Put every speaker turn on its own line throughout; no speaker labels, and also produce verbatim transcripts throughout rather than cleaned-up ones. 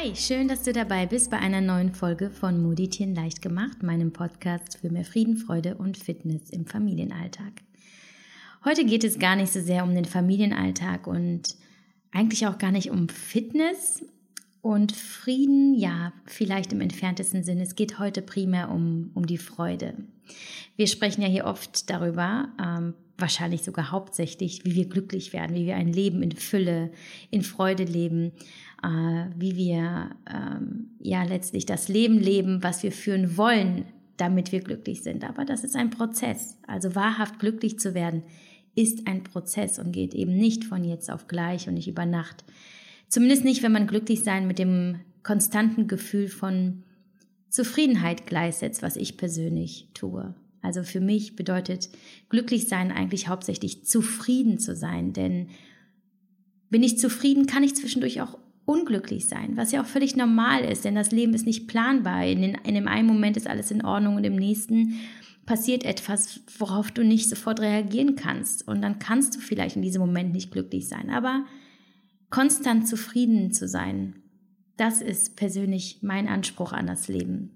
Hi, schön, dass du dabei bist bei einer neuen Folge von Moditieren leicht gemacht, meinem Podcast für mehr Frieden, Freude und Fitness im Familienalltag. Heute geht es gar nicht so sehr um den Familienalltag und eigentlich auch gar nicht um Fitness und Frieden, ja, vielleicht im entferntesten Sinne. Es geht heute primär um, um die Freude. Wir sprechen ja hier oft darüber, ähm, wahrscheinlich sogar hauptsächlich, wie wir glücklich werden, wie wir ein Leben in Fülle, in Freude leben, äh, wie wir ähm, ja letztlich das Leben leben, was wir führen wollen, damit wir glücklich sind. Aber das ist ein Prozess. Also wahrhaft glücklich zu werden, ist ein Prozess und geht eben nicht von jetzt auf gleich und nicht über Nacht. Zumindest nicht, wenn man glücklich sein mit dem konstanten Gefühl von Zufriedenheit gleichsetzt, was ich persönlich tue. Also für mich bedeutet glücklich sein eigentlich hauptsächlich zufrieden zu sein, denn bin ich zufrieden, kann ich zwischendurch auch unglücklich sein, was ja auch völlig normal ist, denn das Leben ist nicht planbar. In, den, in dem einen Moment ist alles in Ordnung und im nächsten passiert etwas, worauf du nicht sofort reagieren kannst und dann kannst du vielleicht in diesem Moment nicht glücklich sein, aber konstant zufrieden zu sein, das ist persönlich mein Anspruch an das Leben.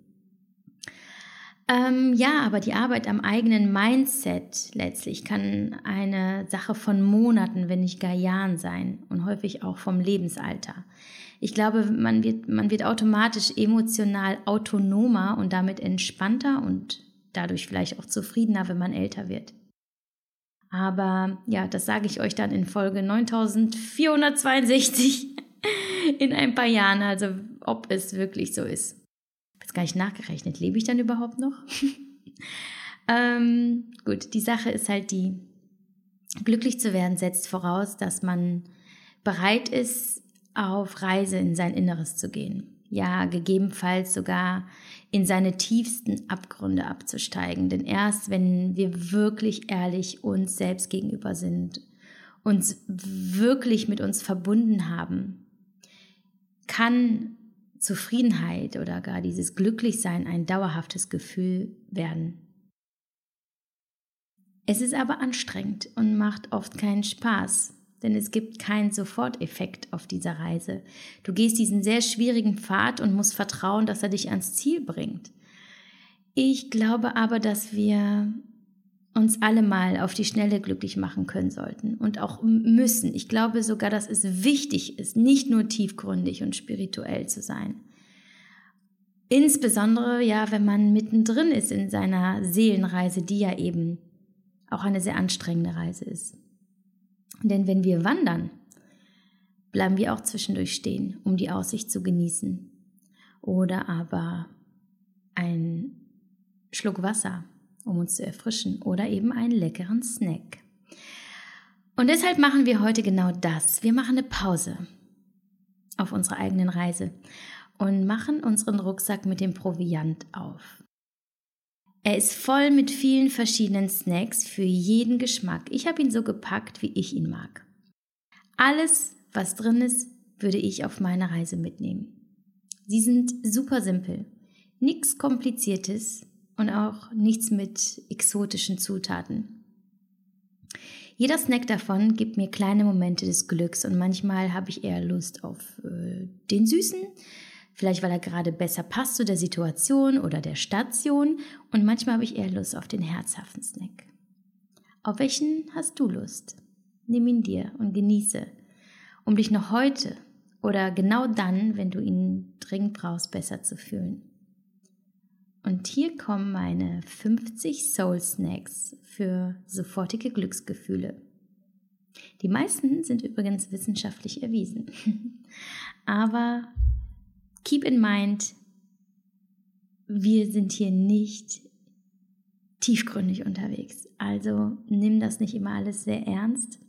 Ähm, ja, aber die Arbeit am eigenen Mindset letztlich kann eine Sache von Monaten, wenn nicht gar Jahren sein und häufig auch vom Lebensalter. Ich glaube, man wird, man wird automatisch emotional autonomer und damit entspannter und dadurch vielleicht auch zufriedener, wenn man älter wird. Aber ja, das sage ich euch dann in Folge neuntausendvierhundertzweiundsechzig in ein paar Jahren, also ob es wirklich so ist. Ich habe jetzt gar nicht nachgerechnet, lebe ich dann überhaupt noch? ähm, gut, die Sache ist halt die, glücklich zu werden setzt voraus, dass man bereit ist, auf Reise in sein Inneres zu gehen. Ja, gegebenenfalls sogar in seine tiefsten Abgründe abzusteigen. Denn erst wenn wir wirklich ehrlich uns selbst gegenüber sind, uns wirklich mit uns verbunden haben, kann Zufriedenheit oder gar dieses Glücklichsein ein dauerhaftes Gefühl werden. Es ist aber anstrengend und macht oft keinen Spaß, denn es gibt keinen Soforteffekt auf dieser Reise. Du gehst diesen sehr schwierigen Pfad und musst vertrauen, dass er dich ans Ziel bringt. Ich glaube aber, dass wir uns alle mal auf die Schnelle glücklich machen können sollten und auch müssen. Ich glaube sogar, dass es wichtig ist, nicht nur tiefgründig und spirituell zu sein. Insbesondere, ja, wenn man mittendrin ist in seiner Seelenreise, die ja eben auch eine sehr anstrengende Reise ist. Denn wenn wir wandern, bleiben wir auch zwischendurch stehen, um die Aussicht zu genießen. Oder aber ein Schluck Wasser, um uns zu erfrischen, oder eben einen leckeren Snack. Und deshalb machen wir heute genau das. Wir machen eine Pause auf unserer eigenen Reise und machen unseren Rucksack mit dem Proviant auf. Er ist voll mit vielen verschiedenen Snacks für jeden Geschmack. Ich habe ihn so gepackt, wie ich ihn mag. Alles, was drin ist, würde ich auf meine Reise mitnehmen. Sie sind super simpel, nichts Kompliziertes und auch nichts mit exotischen Zutaten. Jeder Snack davon gibt mir kleine Momente des Glücks und manchmal habe ich eher Lust auf äh, den Süßen, vielleicht weil er gerade besser passt zu der Situation oder der Station und manchmal habe ich eher Lust auf den herzhaften Snack. Auf welchen hast du Lust? Nimm ihn dir und genieße, um dich noch heute oder genau dann, wenn du ihn dringend brauchst, besser zu fühlen. Und hier kommen meine fünfzig Soul Snacks für sofortige Glücksgefühle. Die meisten sind übrigens wissenschaftlich erwiesen. Aber keep in mind, wir sind hier nicht tiefgründig unterwegs. Also nimm das nicht immer alles sehr ernst.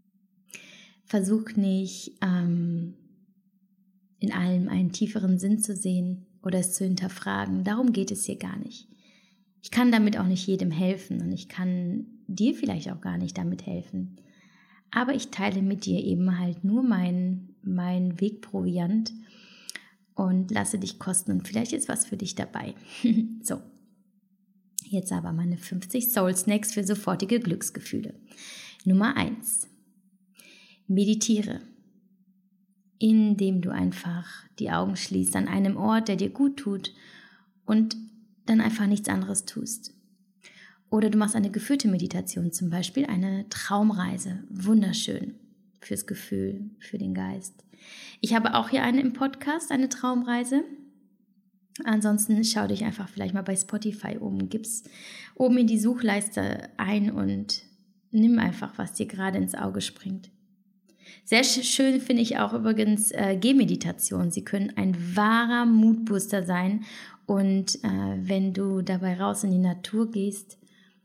Versuch nicht, ähm, in allem einen tieferen Sinn zu sehen oder es zu hinterfragen. Darum geht es hier gar nicht. Ich kann damit auch nicht jedem helfen und ich kann dir vielleicht auch gar nicht damit helfen. Aber ich teile mit dir eben halt nur meinen mein Wegproviant und lasse dich kosten und vielleicht ist was für dich dabei. So, jetzt aber meine fünfzig Soul Snacks für sofortige Glücksgefühle. Nummer eins. Meditiere. indem du einfach die Augen schließt an einem Ort, der dir gut tut und dann einfach nichts anderes tust. Oder du machst eine geführte Meditation, zum Beispiel eine Traumreise. Wunderschön fürs Gefühl, für den Geist. Ich habe auch hier eine im Podcast, eine Traumreise. Ansonsten schau dich einfach vielleicht mal bei Spotify um, gib's oben in die Suchleiste ein und nimm einfach, was dir gerade ins Auge springt. Sehr schön finde ich auch übrigens äh, Gehmeditation. Sie können ein wahrer Moodbooster sein und äh, wenn du dabei raus in die Natur gehst,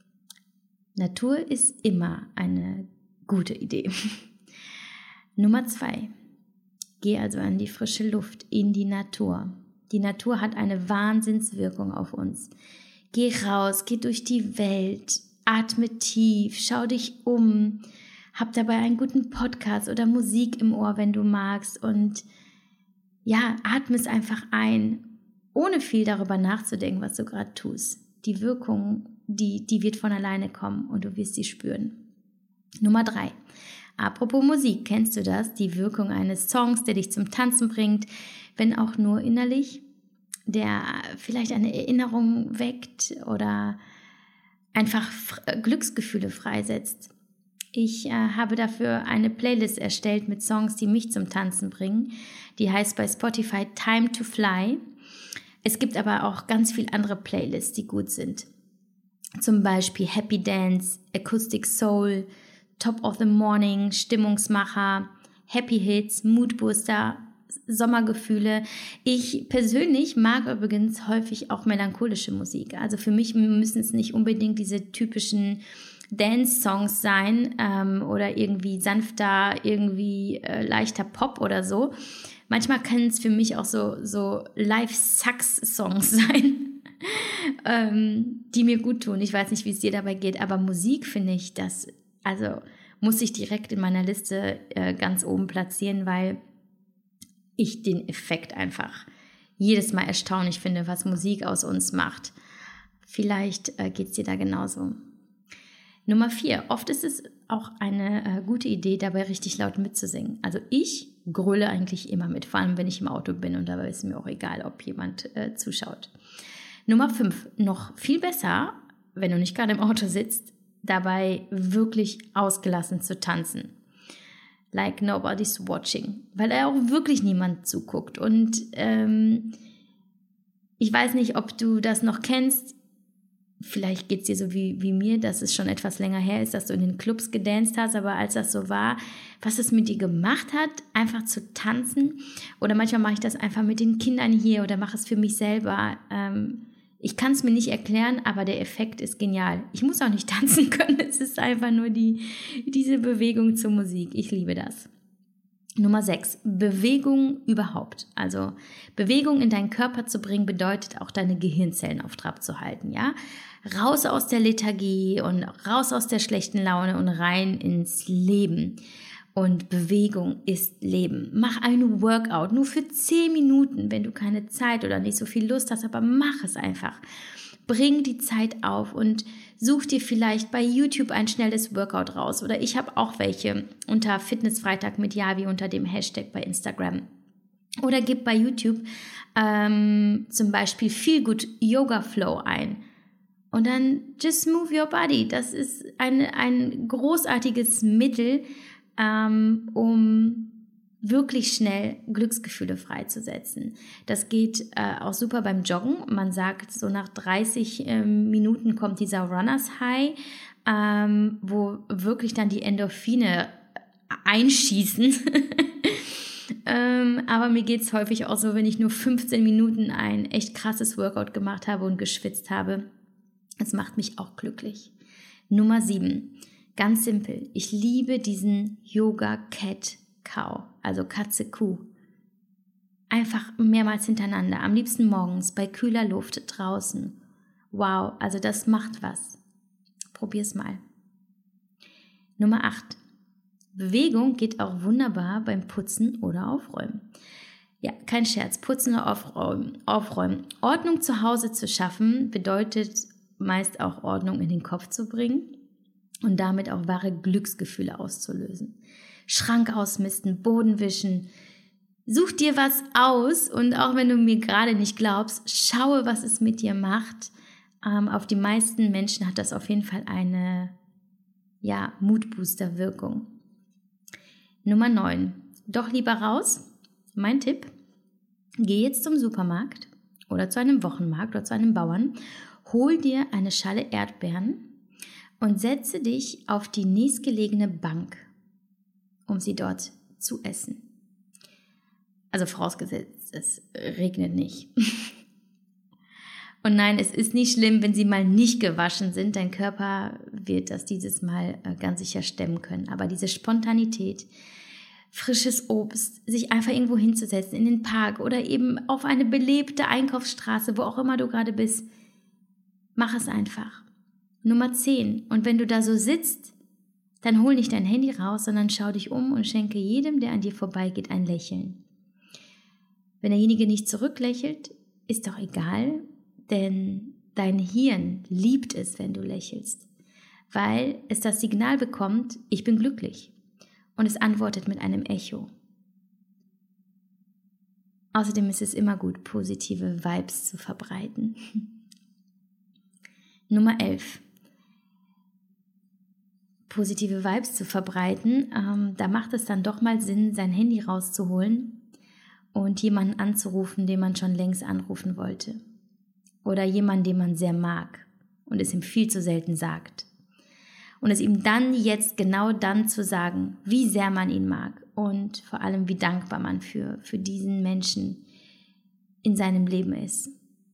Natur ist immer eine gute Idee. Nummer zwei. Geh also an die frische Luft, in die Natur. Die Natur hat eine Wahnsinnswirkung auf uns. Geh raus, geh durch die Welt, atme tief, schau dich um, hab dabei einen guten Podcast oder Musik im Ohr, wenn du magst und ja, atme es einfach ein, ohne viel darüber nachzudenken, was du gerade tust. Die Wirkung, die, die wird von alleine kommen und du wirst sie spüren. Nummer drei. Apropos Musik, kennst du das? Die Wirkung eines Songs, der dich zum Tanzen bringt, wenn auch nur innerlich, der vielleicht eine Erinnerung weckt oder einfach Glücksgefühle freisetzt. Ich äh, habe dafür eine Playlist erstellt mit Songs, die mich zum Tanzen bringen. Die heißt bei Spotify Time to Fly. Es gibt aber auch ganz viele andere Playlists, die gut sind. Zum Beispiel Happy Dance, Acoustic Soul, Top of the Morning, Stimmungsmacher, Happy Hits, Moodbooster, Sommergefühle. Ich persönlich mag übrigens häufig auch melancholische Musik. Also für mich müssen es nicht unbedingt diese typischen Dance-Songs sein ähm, oder irgendwie sanfter, irgendwie äh, leichter Pop oder so. Manchmal können es für mich auch so, so Live-Sax-Songs sein, ähm, die mir gut tun. Ich weiß nicht, wie es dir dabei geht, aber Musik finde ich, das also muss ich direkt in meiner Liste äh, ganz oben platzieren, weil ich den Effekt einfach jedes Mal erstaunlich finde, was Musik aus uns macht. Vielleicht äh, geht es dir da genauso. Nummer vier. Oft ist es auch eine äh, gute Idee, dabei richtig laut mitzusingen. Also ich gröle eigentlich immer mit, vor allem wenn ich im Auto bin und dabei ist mir auch egal, ob jemand äh, zuschaut. Nummer fünf. Noch viel besser, wenn du nicht gerade im Auto sitzt, dabei wirklich ausgelassen zu tanzen. Like nobody's watching. Weil da auch wirklich niemand zuguckt. Und ähm, ich weiß nicht, ob du das noch kennst. Vielleicht geht es dir so wie, wie mir, dass es schon etwas länger her ist, dass du in den Clubs gedanced hast. Aber als das so war, was es mit dir gemacht hat, einfach zu tanzen. Oder manchmal mache ich das einfach mit den Kindern hier oder mache es für mich selber. Ähm, Ich kann es mir nicht erklären, aber der Effekt ist genial. Ich muss auch nicht tanzen können, es ist einfach nur die, diese Bewegung zur Musik. Ich liebe das. Nummer sechs. Bewegung überhaupt. Also Bewegung in deinen Körper zu bringen, bedeutet auch deine Gehirnzellen auf Trab zu halten. Ja? Raus aus der Lethargie und raus aus der schlechten Laune und rein ins Leben. Und Bewegung ist Leben. Mach ein Workout, nur für zehn Minuten, wenn du keine Zeit oder nicht so viel Lust hast, aber mach es einfach. Bring die Zeit auf und such dir vielleicht bei YouTube ein schnelles Workout raus. Oder ich habe auch welche unter Fitnessfreitag mit Yavi unter dem Hashtag bei Instagram. Oder gib bei YouTube ähm, zum Beispiel Feel Good Yoga Flow ein. Und dann just move your body. Das ist ein, ein großartiges Mittel, Ähm, um wirklich schnell Glücksgefühle freizusetzen. Das geht äh, auch super beim Joggen. Man sagt, so nach dreißig ähm, Minuten kommt dieser Runners High, ähm, wo wirklich dann die Endorphine einschießen. ähm, aber mir geht es häufig auch so, wenn ich nur fünfzehn Minuten ein echt krasses Workout gemacht habe und geschwitzt habe. Es macht mich auch glücklich. Nummer sieben. Ganz simpel. Ich liebe diesen Yoga Cat Cow, also Katze Kuh. Einfach mehrmals hintereinander, am liebsten morgens bei kühler Luft draußen. Wow, also das macht was. Probier's mal. Nummer acht. Bewegung geht auch wunderbar beim Putzen oder Aufräumen. Ja, kein Scherz, putzen oder aufräumen. aufräumen. Ordnung zu Hause zu schaffen bedeutet meist auch Ordnung in den Kopf zu bringen und damit auch wahre Glücksgefühle auszulösen. Schrank ausmisten, Boden wischen, Such dir was aus und auch wenn du mir gerade nicht glaubst, schaue, was es mit dir macht. Ähm, auf die meisten Menschen hat das auf jeden Fall eine ja, Moodbooster-Wirkung. Nummer neun. Doch lieber raus. Mein Tipp. Geh jetzt zum Supermarkt oder zu einem Wochenmarkt oder zu einem Bauern. Hol dir eine Schale Erdbeeren und setze dich auf die nächstgelegene Bank, um sie dort zu essen. Also vorausgesetzt, es regnet nicht. Und nein, es ist nicht schlimm, wenn sie mal nicht gewaschen sind. Dein Körper wird das dieses Mal ganz sicher stemmen können. Aber diese Spontanität, frisches Obst, sich einfach irgendwo hinzusetzen, in den Park oder eben auf eine belebte Einkaufsstraße, wo auch immer du gerade bist, mach es einfach. Nummer zehn. Und wenn du da so sitzt, dann hol nicht dein Handy raus, sondern schau dich um und schenke jedem, der an dir vorbeigeht, ein Lächeln. Wenn derjenige nicht zurücklächelt, ist doch egal, denn dein Hirn liebt es, wenn du lächelst, weil es das Signal bekommt, ich bin glücklich, und es antwortet mit einem Echo. Außerdem ist es immer gut, positive Vibes zu verbreiten. Nummer elf. Positive Vibes zu verbreiten, ähm, da macht es dann doch mal Sinn, sein Handy rauszuholen und jemanden anzurufen, den man schon längst anrufen wollte. Oder jemanden, den man sehr mag und es ihm viel zu selten sagt. Und es ihm dann jetzt genau dann zu sagen, wie sehr man ihn mag und vor allem, wie dankbar man für, für diesen Menschen in seinem Leben ist.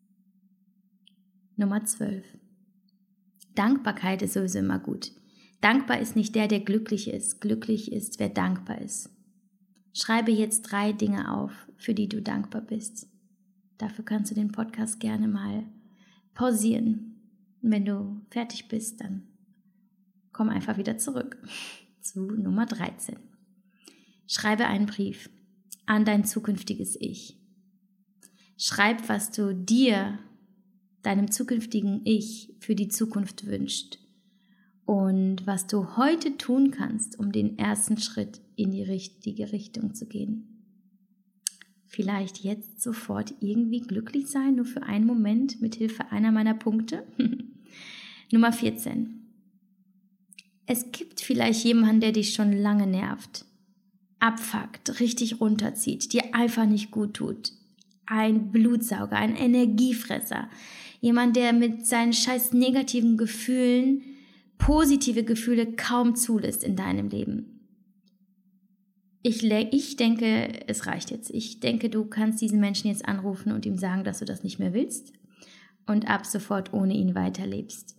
Nummer zwölf. Dankbarkeit ist sowieso immer gut. Dankbar ist nicht der, der glücklich ist. Glücklich ist, wer dankbar ist. Schreibe jetzt drei Dinge auf, für die du dankbar bist. Dafür kannst du den Podcast gerne mal pausieren. Und wenn du fertig bist, dann komm einfach wieder zurück zu Nummer dreizehn. Schreibe einen Brief an dein zukünftiges Ich. Schreib, was du dir, deinem zukünftigen Ich, für die Zukunft wünschst. Und was du heute tun kannst, um den ersten Schritt in die richtige Richtung zu gehen. Vielleicht jetzt sofort irgendwie glücklich sein, nur für einen Moment, mit Hilfe einer meiner Punkte. Nummer vierzehn. Es gibt vielleicht jemanden, der dich schon lange nervt, abfuckt, richtig runterzieht, dir einfach nicht gut tut. Ein Blutsauger, ein Energiefresser. Jemand, der mit seinen scheiß negativen Gefühlen positive Gefühle kaum zulässt in deinem Leben. Ich, ich denke, es reicht jetzt. Ich denke, du kannst diesen Menschen jetzt anrufen und ihm sagen, dass du das nicht mehr willst und ab sofort ohne ihn weiterlebst.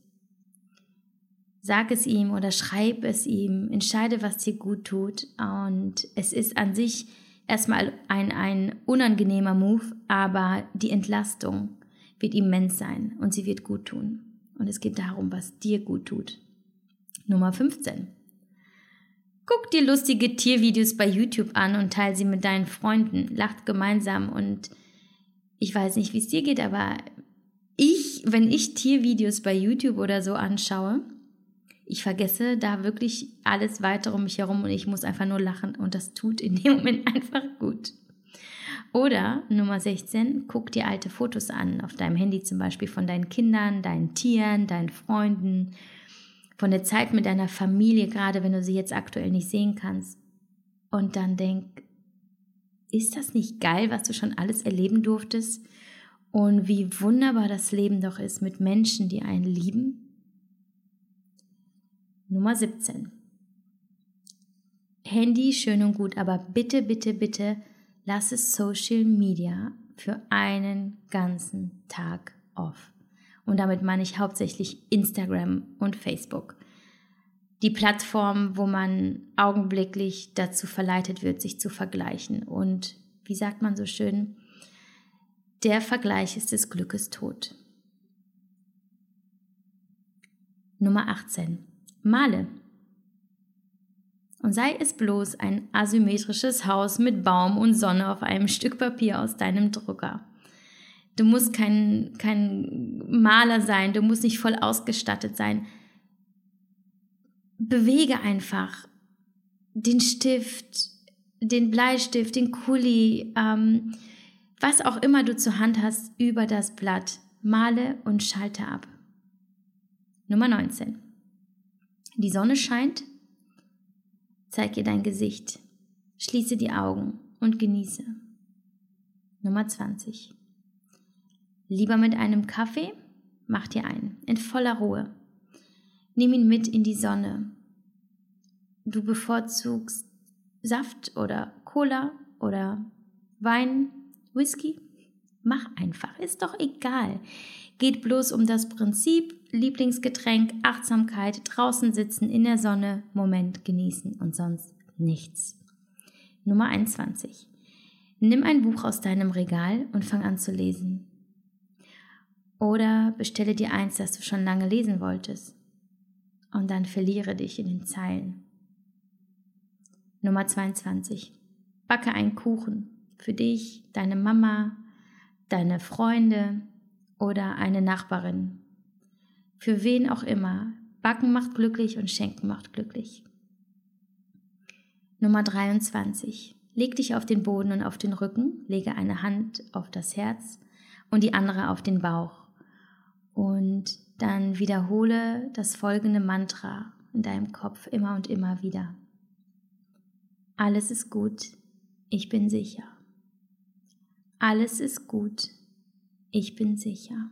Sag es ihm oder schreib es ihm, entscheide, was dir gut tut, und es ist an sich erstmal ein, ein unangenehmer Move, aber die Entlastung wird immens sein und sie wird gut tun. Und es geht darum, was dir gut tut. Nummer fünfzehn. Guck dir lustige Tiervideos bei YouTube an und teile sie mit deinen Freunden. Lacht gemeinsam, und ich weiß nicht, wie es dir geht, aber ich, wenn ich Tiervideos bei YouTube oder so anschaue, ich vergesse da wirklich alles weitere um mich herum und ich muss einfach nur lachen, und das tut in dem Moment einfach gut. Oder Nummer sechzehn, guck dir alte Fotos an, auf deinem Handy zum Beispiel, von deinen Kindern, deinen Tieren, deinen Freunden, von der Zeit mit deiner Familie, gerade wenn du sie jetzt aktuell nicht sehen kannst. Und dann denk, ist das nicht geil, was du schon alles erleben durftest? Und wie wunderbar das Leben doch ist mit Menschen, die einen lieben? Nummer siebzehn. Handy schön und gut, aber bitte, bitte, bitte lass es Social Media für einen ganzen Tag off. Und damit meine ich hauptsächlich Instagram und Facebook. Die Plattform, wo man augenblicklich dazu verleitet wird, sich zu vergleichen. Und wie sagt man so schön, der Vergleich ist des Glückes Tod. Nummer achtzehn. Male. Und sei es bloß ein asymmetrisches Haus mit Baum und Sonne auf einem Stück Papier aus deinem Drucker. Du musst kein, kein Maler sein, du musst nicht voll ausgestattet sein. Bewege einfach den Stift, den Bleistift, den Kuli, ähm, was auch immer du zur Hand hast, über das Blatt. Male und schalte ab. Nummer neunzehn. Die Sonne scheint. Zeig ihr dein Gesicht. Schließe die Augen und genieße. Nummer zwanzig. Lieber mit einem Kaffee, mach dir einen, in voller Ruhe. Nimm ihn mit in die Sonne. Du bevorzugst Saft oder Cola oder Wein, Whisky? Mach einfach, ist doch egal. Geht bloß um das Prinzip, Lieblingsgetränk, Achtsamkeit, draußen sitzen, in der Sonne, Moment genießen und sonst nichts. Nummer einundzwanzig. Nimm ein Buch aus deinem Regal und fang an zu lesen. Oder bestelle dir eins, das du schon lange lesen wolltest. Und dann verliere dich in den Zeilen. Nummer zweiundzwanzig. Backe einen Kuchen für dich, deine Mama, deine Freunde oder eine Nachbarin. Für wen auch immer. Backen macht glücklich und Schenken macht glücklich. Nummer dreiundzwanzig. Leg dich auf den Boden und auf den Rücken, lege eine Hand auf das Herz und die andere auf den Bauch. Und dann wiederhole das folgende Mantra in deinem Kopf immer und immer wieder. Alles ist gut, ich bin sicher. Alles ist gut, ich bin sicher.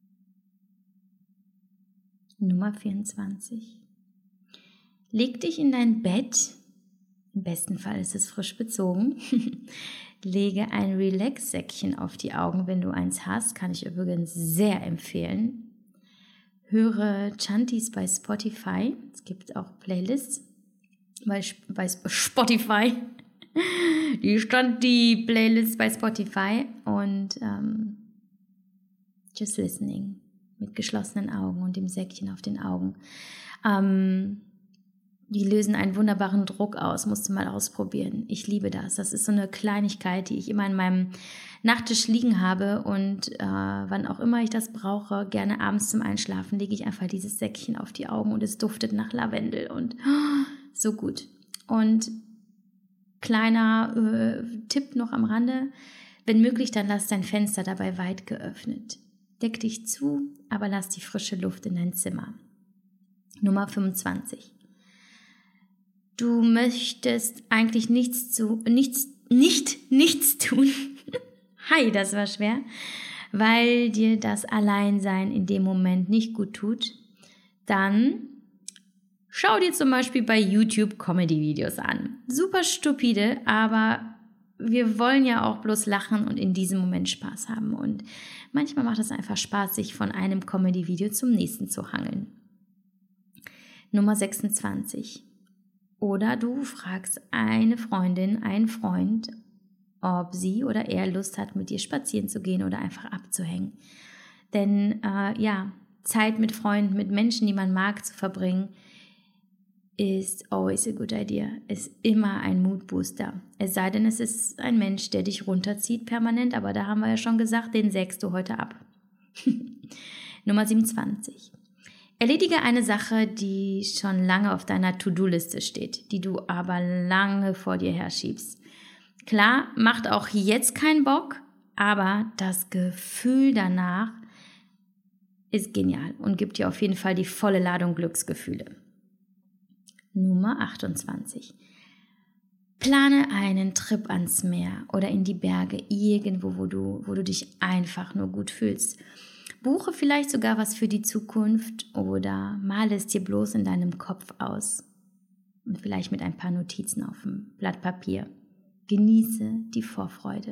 Nummer vierundzwanzig. Leg dich in dein Bett, im besten Fall ist es frisch bezogen, lege ein Relax-Säckchen auf die Augen, wenn du eins hast, kann ich übrigens sehr empfehlen. Höre Chantis bei Spotify, es gibt auch Playlists bei, bei Spotify, die Chanti-Playlist bei Spotify und ähm, just listening mit geschlossenen Augen und dem Säckchen auf den Augen. Ähm, die lösen einen wunderbaren Druck aus, musst du mal ausprobieren. Ich liebe das. Das ist so eine Kleinigkeit, die ich immer in meinem Nachttisch liegen habe und äh, wann auch immer ich das brauche, gerne abends zum Einschlafen, lege ich einfach dieses Säckchen auf die Augen und es duftet nach Lavendel und oh, so gut. Und kleiner äh, Tipp noch am Rande, wenn möglich, dann lass dein Fenster dabei weit geöffnet. Deck dich zu, aber lass die frische Luft in dein Zimmer. Nummer fünfundzwanzig. Du möchtest eigentlich nichts zu, nichts, nicht, nichts tun. Hi, das war schwer. Weil dir das Alleinsein in dem Moment nicht gut tut. Dann schau dir zum Beispiel bei YouTube Comedy-Videos an. Super stupide, aber wir wollen ja auch bloß lachen und in diesem Moment Spaß haben. Und manchmal macht es einfach Spaß, sich von einem Comedy-Video zum nächsten zu hangeln. Nummer sechsundzwanzig. Oder du fragst eine Freundin, einen Freund, ob sie oder er Lust hat, mit dir spazieren zu gehen oder einfach abzuhängen. Denn äh, ja, Zeit mit Freunden, mit Menschen, die man mag, zu verbringen, ist always a good idea, ist immer ein Moodbooster. Es sei denn, es ist ein Mensch, der dich runterzieht permanent, aber da haben wir ja schon gesagt, den sägst du heute ab. Nummer siebenundzwanzig. Erledige eine Sache, die schon lange auf deiner To-Do-Liste steht, die du aber lange vor dir herschiebst. Klar, macht auch jetzt keinen Bock, aber das Gefühl danach ist genial und gibt dir auf jeden Fall die volle Ladung Glücksgefühle. Nummer achtundzwanzig. Plane einen Trip ans Meer oder in die Berge, irgendwo, wo du, wo du dich einfach nur gut fühlst. Buche vielleicht sogar was für die Zukunft oder male es dir bloß in deinem Kopf aus. Und vielleicht mit ein paar Notizen auf dem Blatt Papier. Genieße die Vorfreude.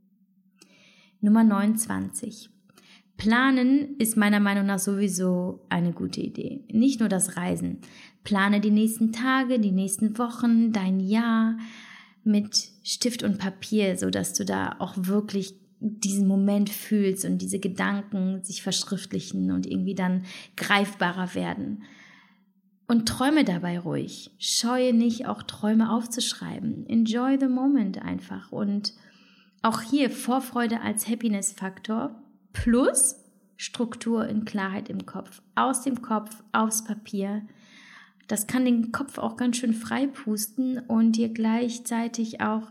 Nummer neunundzwanzig. Planen ist meiner Meinung nach sowieso eine gute Idee. Nicht nur das Reisen. Plane die nächsten Tage, die nächsten Wochen, dein Jahr mit Stift und Papier, sodass du da auch wirklich diesen Moment fühlst und diese Gedanken sich verschriftlichen und irgendwie dann greifbarer werden. Und träume dabei ruhig. Scheue nicht, auch Träume aufzuschreiben. Enjoy the moment einfach. Und auch hier Vorfreude als Happiness-Faktor plus Struktur in Klarheit im Kopf. Aus dem Kopf, aufs Papier. Das kann den Kopf auch ganz schön frei pusten und dir gleichzeitig auch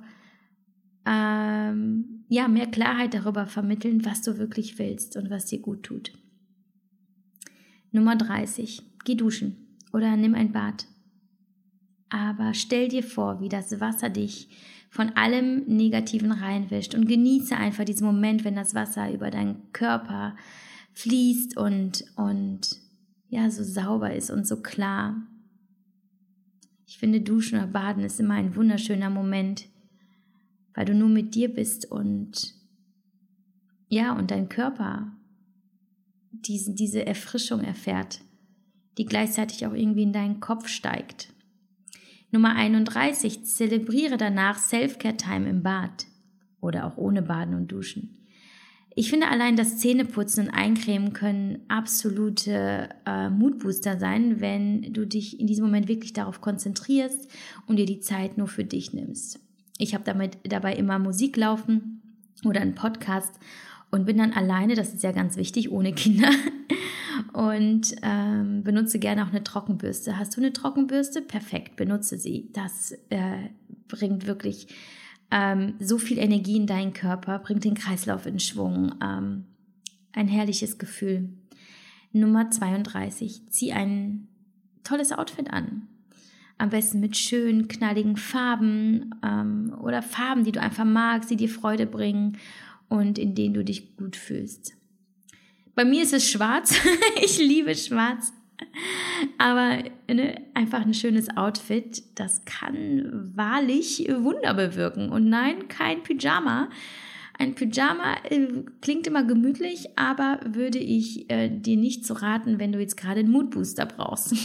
ähm, ja, mehr Klarheit darüber vermitteln, was du wirklich willst und was dir gut tut. Nummer dreißig. Geh duschen oder nimm ein Bad. Aber stell dir vor, wie das Wasser dich von allem Negativen reinwischt und genieße einfach diesen Moment, wenn das Wasser über deinen Körper fließt und, und ja, so sauber ist und so klar. Ich finde, Duschen oder Baden ist immer ein wunderschöner Moment, weil du nur mit dir bist und ja, und dein Körper diese, diese Erfrischung erfährt, die gleichzeitig auch irgendwie in deinen Kopf steigt. Nummer einunddreißig, zelebriere danach Self-Care-Time im Bad oder auch ohne Baden und Duschen. Ich finde, allein das Zähneputzen und Eincremen können absolute äh, Moodbooster sein, wenn du dich in diesem Moment wirklich darauf konzentrierst und dir die Zeit nur für dich nimmst. Ich habe damit dabei immer Musik laufen oder einen Podcast und bin dann alleine, das ist ja ganz wichtig, ohne Kinder und ähm, benutze gerne auch eine Trockenbürste. Hast du eine Trockenbürste? Perfekt, benutze sie. Das äh, bringt wirklich ähm, so viel Energie in deinen Körper, bringt den Kreislauf in Schwung. Ähm, ein herrliches Gefühl. Nummer zweiunddreißig, zieh ein tolles Outfit an. Am besten mit schönen, knalligen Farben ähm, oder Farben, die du einfach magst, die dir Freude bringen und in denen du dich gut fühlst. Bei mir ist es schwarz. Ich liebe schwarz. Aber ne, einfach ein schönes Outfit, das kann wahrlich Wunder bewirken. Und nein, kein Pyjama. Ein Pyjama äh, klingt immer gemütlich, aber würde ich äh, dir nicht so raten, wenn du jetzt gerade einen Moodbooster brauchst.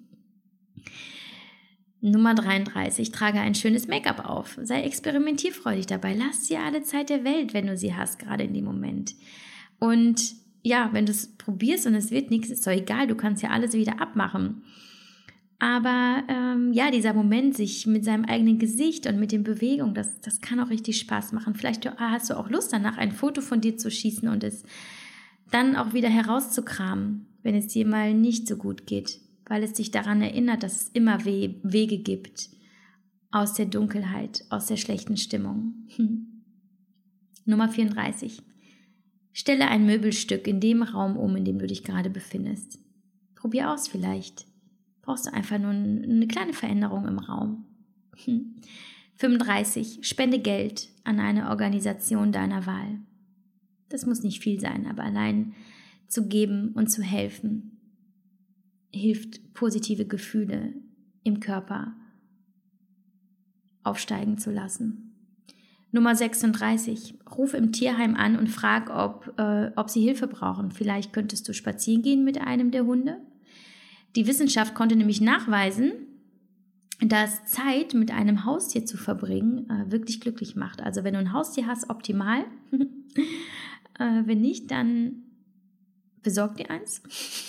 Nummer dreiunddreißig, trage ein schönes Make-up auf. Sei experimentierfreudig dabei. Lass dir alle Zeit der Welt, wenn du sie hast, gerade in dem Moment. Und ja, wenn du es probierst und es wird nichts, ist doch egal, du kannst ja alles wieder abmachen. Aber ähm, ja, dieser Moment, sich mit seinem eigenen Gesicht und mit den Bewegungen, das, das kann auch richtig Spaß machen. Vielleicht hast du auch Lust danach, ein Foto von dir zu schießen und es dann auch wieder herauszukramen, wenn es dir mal nicht so gut geht, weil es dich daran erinnert, dass es immer We- Wege gibt aus der Dunkelheit, aus der schlechten Stimmung. Hm. Nummer vierunddreißig. Stelle ein Möbelstück in dem Raum um, in dem du dich gerade befindest. Probier aus vielleicht. Brauchst du einfach nur eine kleine Veränderung im Raum. Hm. fünfunddreißig. Spende Geld an eine Organisation deiner Wahl. Das muss nicht viel sein, aber allein zu geben und zu helfen hilft, positive Gefühle im Körper aufsteigen zu lassen. Nummer sechsunddreißig. Ruf im Tierheim an und frag, ob, äh, ob sie Hilfe brauchen. Vielleicht könntest du spazieren gehen mit einem der Hunde. Die Wissenschaft konnte nämlich nachweisen, dass Zeit mit einem Haustier zu verbringen äh, wirklich glücklich macht. Also wenn du ein Haustier hast, optimal. äh, wenn nicht, dann besorg dir eins.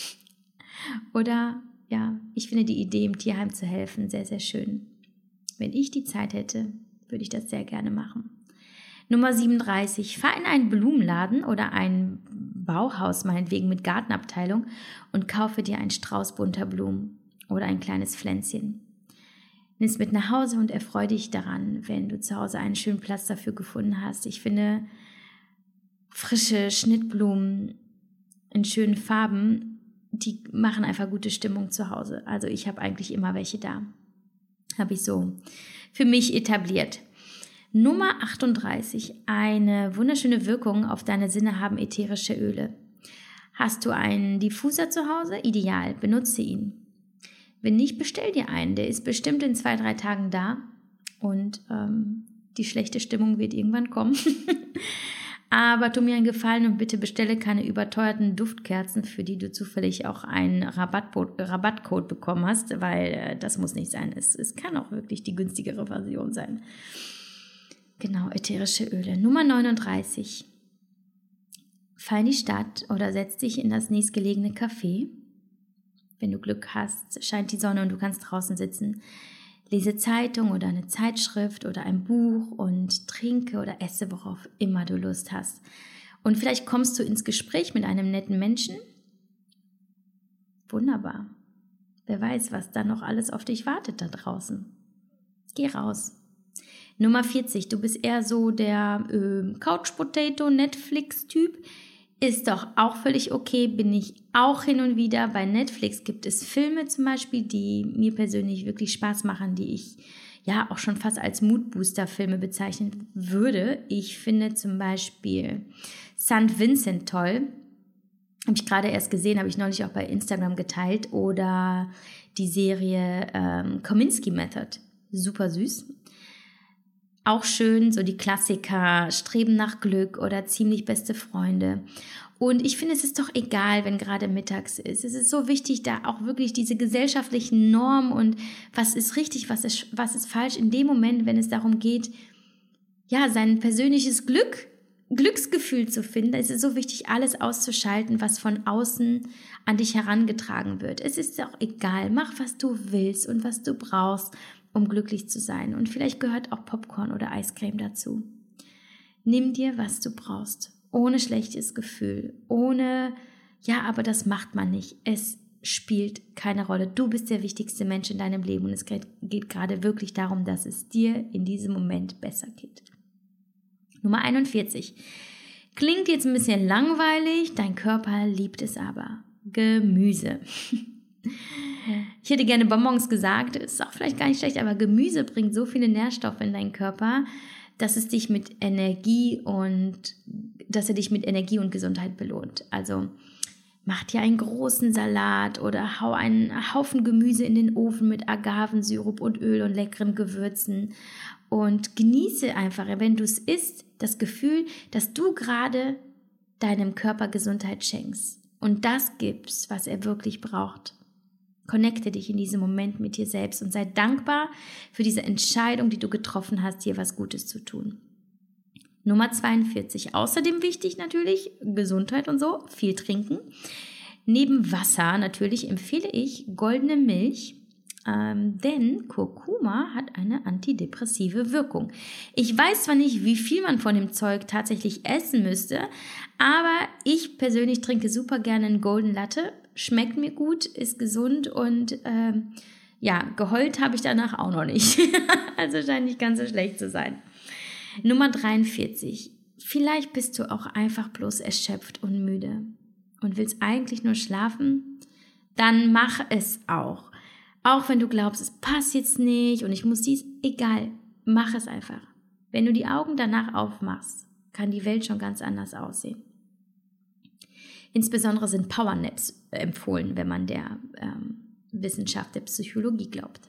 Oder ja, ich finde die Idee, im Tierheim zu helfen, sehr, sehr schön. Wenn ich die Zeit hätte, würde ich das sehr gerne machen. Nummer siebenunddreißig. Fahr in einen Blumenladen oder ein Bauhaus, meinetwegen mit Gartenabteilung, und kaufe dir einen Strauß bunter Blumen oder ein kleines Pflänzchen. Nimm es mit nach Hause und erfreue dich daran, wenn du zu Hause einen schönen Platz dafür gefunden hast. Ich finde, frische Schnittblumen in schönen Farben, die machen einfach gute Stimmung zu Hause. Also ich habe eigentlich immer welche da. Habe ich so für mich etabliert. Nummer achtunddreißig. Eine wunderschöne Wirkung auf deine Sinne haben ätherische Öle. Hast du einen Diffuser zu Hause? Ideal, benutze ihn. Wenn nicht, bestell dir einen. Der ist bestimmt in zwei, drei Tagen da und ähm, die schlechte Stimmung wird irgendwann kommen. Aber tu mir einen Gefallen und bitte bestelle keine überteuerten Duftkerzen, für die du zufällig auch einen Rabattcode, Rabattcode bekommen hast, weil äh, das muss nicht sein. Es, es kann auch wirklich die günstigere Version sein. Genau, ätherische Öle. Nummer neununddreißig. Fahr in die Stadt oder setz dich in das nächstgelegene Café. Wenn du Glück hast, scheint die Sonne und du kannst draußen sitzen. Lese Zeitung oder eine Zeitschrift oder ein Buch und trinke oder esse, worauf immer du Lust hast. Und vielleicht kommst du ins Gespräch mit einem netten Menschen. Wunderbar. Wer weiß, was da noch alles auf dich wartet da draußen. Geh raus. Nummer vierzig, du bist eher so der äh, Couch-Potato-Netflix-Typ. Ist doch auch völlig okay, bin ich auch hin und wieder. Bei Netflix gibt es Filme zum Beispiel, die mir persönlich wirklich Spaß machen, die ich ja auch schon fast als Moodbooster-Filme bezeichnen würde. Ich finde zum Beispiel Sankt Vincent toll. Habe ich gerade erst gesehen, habe ich neulich auch bei Instagram geteilt. Oder die Serie ähm, Kominsky Method. Super süß. Auch schön, so die Klassiker, Streben nach Glück oder Ziemlich beste Freunde. Und ich finde, es ist doch egal, wenn gerade mittags ist. Es ist so wichtig, da auch wirklich diese gesellschaftlichen Normen und was ist richtig, was ist, was ist falsch in dem Moment, wenn es darum geht, ja, sein persönliches Glück, Glücksgefühl zu finden. Es ist so wichtig, alles auszuschalten, was von außen an dich herangetragen wird. Es ist auch egal, mach, was du willst und was du brauchst, um glücklich zu sein. Und vielleicht gehört auch Popcorn oder Eiscreme dazu. Nimm dir, was du brauchst. Ohne schlechtes Gefühl. Ohne, ja, aber das macht man nicht. Es spielt keine Rolle. Du bist der wichtigste Mensch in deinem Leben. Und es geht, geht gerade wirklich darum, dass es dir in diesem Moment besser geht. Nummer einundvierzig. Klingt jetzt ein bisschen langweilig. Dein Körper liebt es aber. Gemüse. Ich hätte gerne Bonbons gesagt, ist auch vielleicht gar nicht schlecht, aber Gemüse bringt so viele Nährstoffe in deinen Körper, dass es dich mit Energie und dass er dich mit Energie und Gesundheit belohnt. Also mach dir einen großen Salat oder hau einen Haufen Gemüse in den Ofen mit Agavensirup und Öl und leckeren Gewürzen und genieße einfach, wenn du es isst, das Gefühl, dass du gerade deinem Körper Gesundheit schenkst und das gibst, was er wirklich braucht. Connecte dich in diesem Moment mit dir selbst und sei dankbar für diese Entscheidung, die du getroffen hast, dir was Gutes zu tun. Nummer zweiundvierzig. Außerdem wichtig natürlich, Gesundheit und so, viel trinken. Neben Wasser natürlich empfehle ich goldene Milch, ähm, denn Kurkuma hat eine antidepressive Wirkung. Ich weiß zwar nicht, wie viel man von dem Zeug tatsächlich essen müsste, aber ich persönlich trinke super gerne einen Golden Latte. Schmeckt mir gut, ist gesund und ähm, ja, geheult habe ich danach auch noch nicht. Also scheint nicht ganz so schlecht zu sein. Nummer dreiundvierzig. Vielleicht bist du auch einfach bloß erschöpft und müde und willst eigentlich nur schlafen. Dann mach es auch. Auch wenn du glaubst, es passt jetzt nicht und ich muss dies, egal, mach es einfach. Wenn du die Augen danach aufmachst, kann die Welt schon ganz anders aussehen. Insbesondere sind Powernaps empfohlen, wenn man der ähm, Wissenschaft der Psychologie glaubt.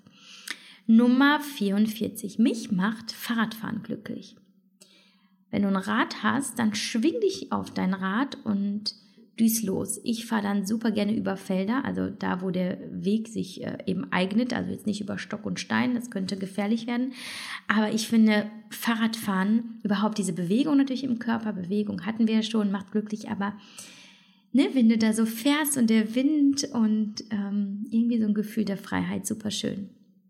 Nummer vierundvierzig. Mich macht Fahrradfahren glücklich. Wenn du ein Rad hast, dann schwing dich auf dein Rad und düs los. Ich fahre dann super gerne über Felder, also da, wo der Weg sich äh, eben eignet, also jetzt nicht über Stock und Stein, das könnte gefährlich werden. Aber ich finde Fahrradfahren, überhaupt diese Bewegung natürlich im Körper, Bewegung hatten wir ja schon, macht glücklich, aber ne, wenn du da so fährst und der Wind und ähm, irgendwie so ein Gefühl der Freiheit, super schön.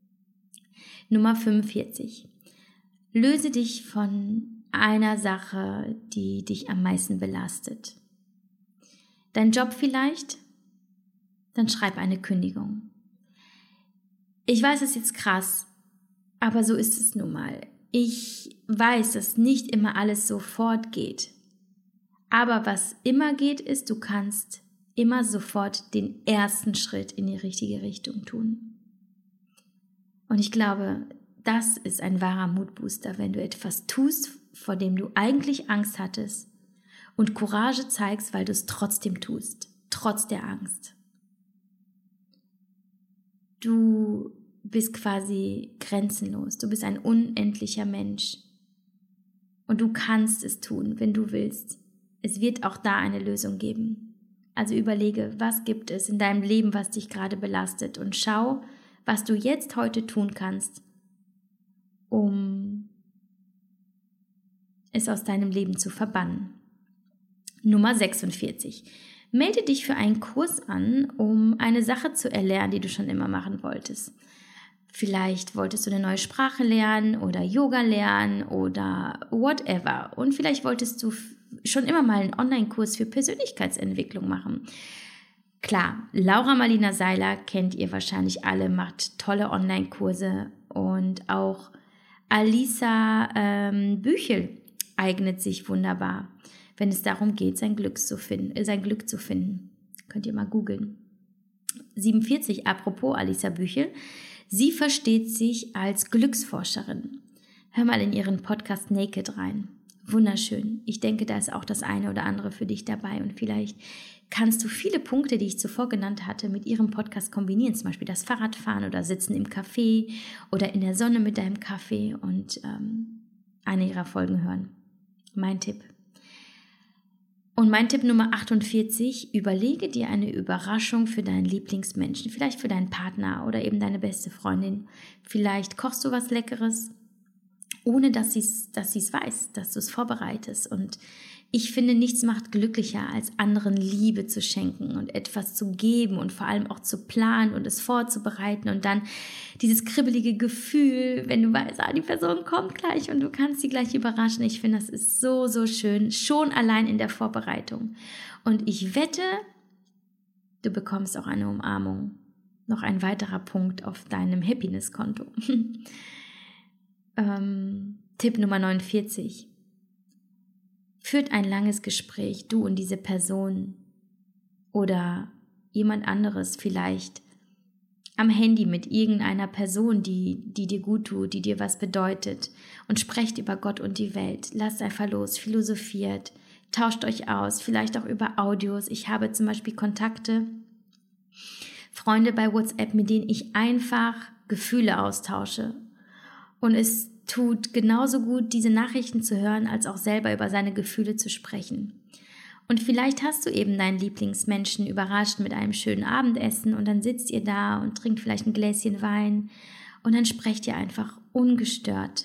Nummer fünfundvierzig. Löse dich von einer Sache, die dich am meisten belastet. Dein Job vielleicht? Dann schreib eine Kündigung. Ich weiß, es ist jetzt krass, aber so ist es nun mal. Ich weiß, dass nicht immer alles sofort geht. Aber was immer geht, ist, du kannst immer sofort den ersten Schritt in die richtige Richtung tun. Und ich glaube, das ist ein wahrer Moodbooster, wenn du etwas tust, vor dem du eigentlich Angst hattest und Courage zeigst, weil du es trotzdem tust, trotz der Angst. Du bist quasi grenzenlos, du bist ein unendlicher Mensch und du kannst es tun, wenn du willst. Es wird auch da eine Lösung geben. Also überlege, was gibt es in deinem Leben, was dich gerade belastet und schau, was du jetzt heute tun kannst, um es aus deinem Leben zu verbannen. Nummer sechsundvierzig. Melde dich für einen Kurs an, um eine Sache zu erlernen, die du schon immer machen wolltest. Vielleicht wolltest du eine neue Sprache lernen oder Yoga lernen oder whatever. Und vielleicht wolltest du schon immer mal einen Online-Kurs für Persönlichkeitsentwicklung machen. Klar, Laura Marlina Seiler kennt ihr wahrscheinlich alle, macht tolle Online-Kurse und auch Alisa ähm, Büchel eignet sich wunderbar, wenn es darum geht, sein Glück zu finden. Äh, sein Glück zu finden. Könnt ihr mal googeln. siebenundvierzig, apropos Alisa Büchel, sie versteht sich als Glücksforscherin. Hör mal in ihren Podcast Naked rein. Wunderschön. Ich denke, da ist auch das eine oder andere für dich dabei und vielleicht kannst du viele Punkte, die ich zuvor genannt hatte, mit ihrem Podcast kombinieren, zum Beispiel das Fahrradfahren oder Sitzen im Café oder in der Sonne mit deinem Kaffee und ähm, eine ihrer Folgen hören. Mein Tipp. Und mein Tipp Nummer achtundvierzig, überlege dir eine Überraschung für deinen Lieblingsmenschen, vielleicht für deinen Partner oder eben deine beste Freundin. Vielleicht kochst du was Leckeres, ohne dass sie es dass sie es weiß, dass du es vorbereitest. Und ich finde, nichts macht glücklicher, als anderen Liebe zu schenken und etwas zu geben und vor allem auch zu planen und es vorzubereiten und dann dieses kribbelige Gefühl, wenn du weißt, ah, die Person kommt gleich und du kannst sie gleich überraschen. Ich finde, das ist so, so schön, schon allein in der Vorbereitung. Und ich wette, du bekommst auch eine Umarmung. Noch ein weiterer Punkt auf deinem Happiness-Konto. ähm, Tipp Nummer neunundvierzig. Führt ein langes Gespräch, du und diese Person oder jemand anderes vielleicht am Handy mit irgendeiner Person, die, die dir gut tut, die dir was bedeutet und sprecht über Gott und die Welt. Lasst einfach los, philosophiert, tauscht euch aus, vielleicht auch über Audios. Ich habe zum Beispiel Kontakte, Freunde bei WhatsApp, mit denen ich einfach Gefühle austausche und es tut genauso gut, diese Nachrichten zu hören, als auch selber über seine Gefühle zu sprechen. Und vielleicht hast du eben deinen Lieblingsmenschen überrascht mit einem schönen Abendessen und dann sitzt ihr da und trinkt vielleicht ein Gläschen Wein und dann sprecht ihr einfach ungestört.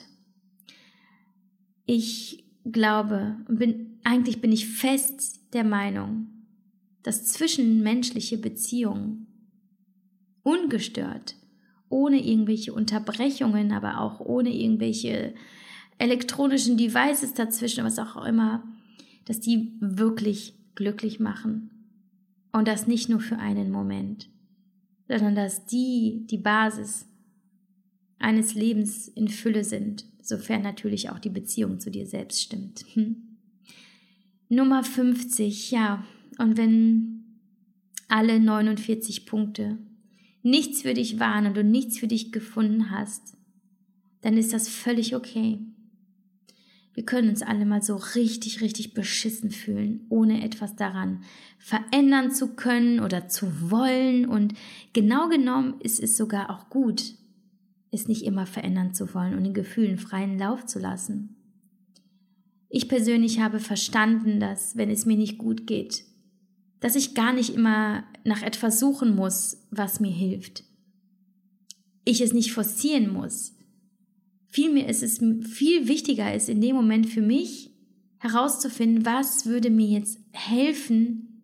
Ich glaube, bin, eigentlich bin ich fest der Meinung, dass zwischenmenschliche Beziehungen ungestört, ohne irgendwelche Unterbrechungen, aber auch ohne irgendwelche elektronischen Devices dazwischen, was auch immer, dass die wirklich glücklich machen. Und das nicht nur für einen Moment, sondern dass die die Basis eines Lebens in Fülle sind, sofern natürlich auch die Beziehung zu dir selbst stimmt. Hm. Nummer fünfzig, ja, und wenn alle neunundvierzig Punkte nichts für dich waren und du nichts für dich gefunden hast, dann ist das völlig okay. Wir können uns alle mal so richtig, richtig beschissen fühlen, ohne etwas daran verändern zu können oder zu wollen. Und genau genommen ist es sogar auch gut, es nicht immer verändern zu wollen und den Gefühlen freien Lauf zu lassen. Ich persönlich habe verstanden, dass, wenn es mir nicht gut geht, dass ich gar nicht immer nach etwas suchen muss, was mir hilft. Ich es nicht forcieren muss. Vielmehr ist es viel wichtiger, ist in dem Moment für mich herauszufinden, was würde mir jetzt helfen,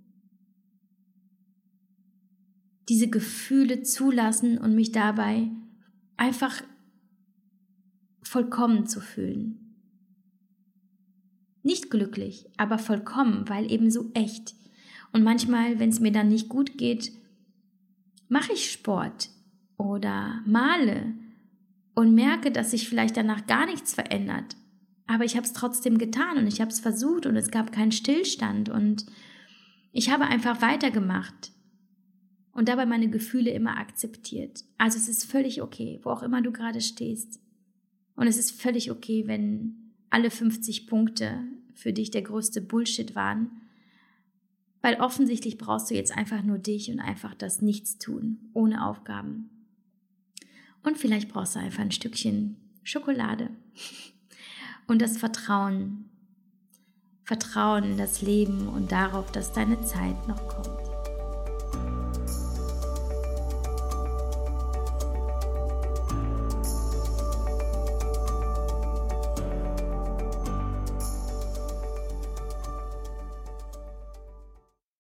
diese Gefühle zulassen und mich dabei einfach vollkommen zu fühlen. Nicht glücklich, aber vollkommen, weil eben so echt. Und manchmal, wenn es mir dann nicht gut geht, mache ich Sport oder male und merke, dass sich vielleicht danach gar nichts verändert. Aber ich habe es trotzdem getan und ich habe es versucht und es gab keinen Stillstand und ich habe einfach weitergemacht und dabei meine Gefühle immer akzeptiert. Also es ist völlig okay, wo auch immer du gerade stehst. Und es ist völlig okay, wenn alle fünfzig Punkte für dich der größte Bullshit waren, weil offensichtlich brauchst du jetzt einfach nur dich und einfach das Nichtstun, ohne Aufgaben. Und vielleicht brauchst du einfach ein Stückchen Schokolade und das Vertrauen. Vertrauen in das Leben und darauf, dass deine Zeit noch kommt.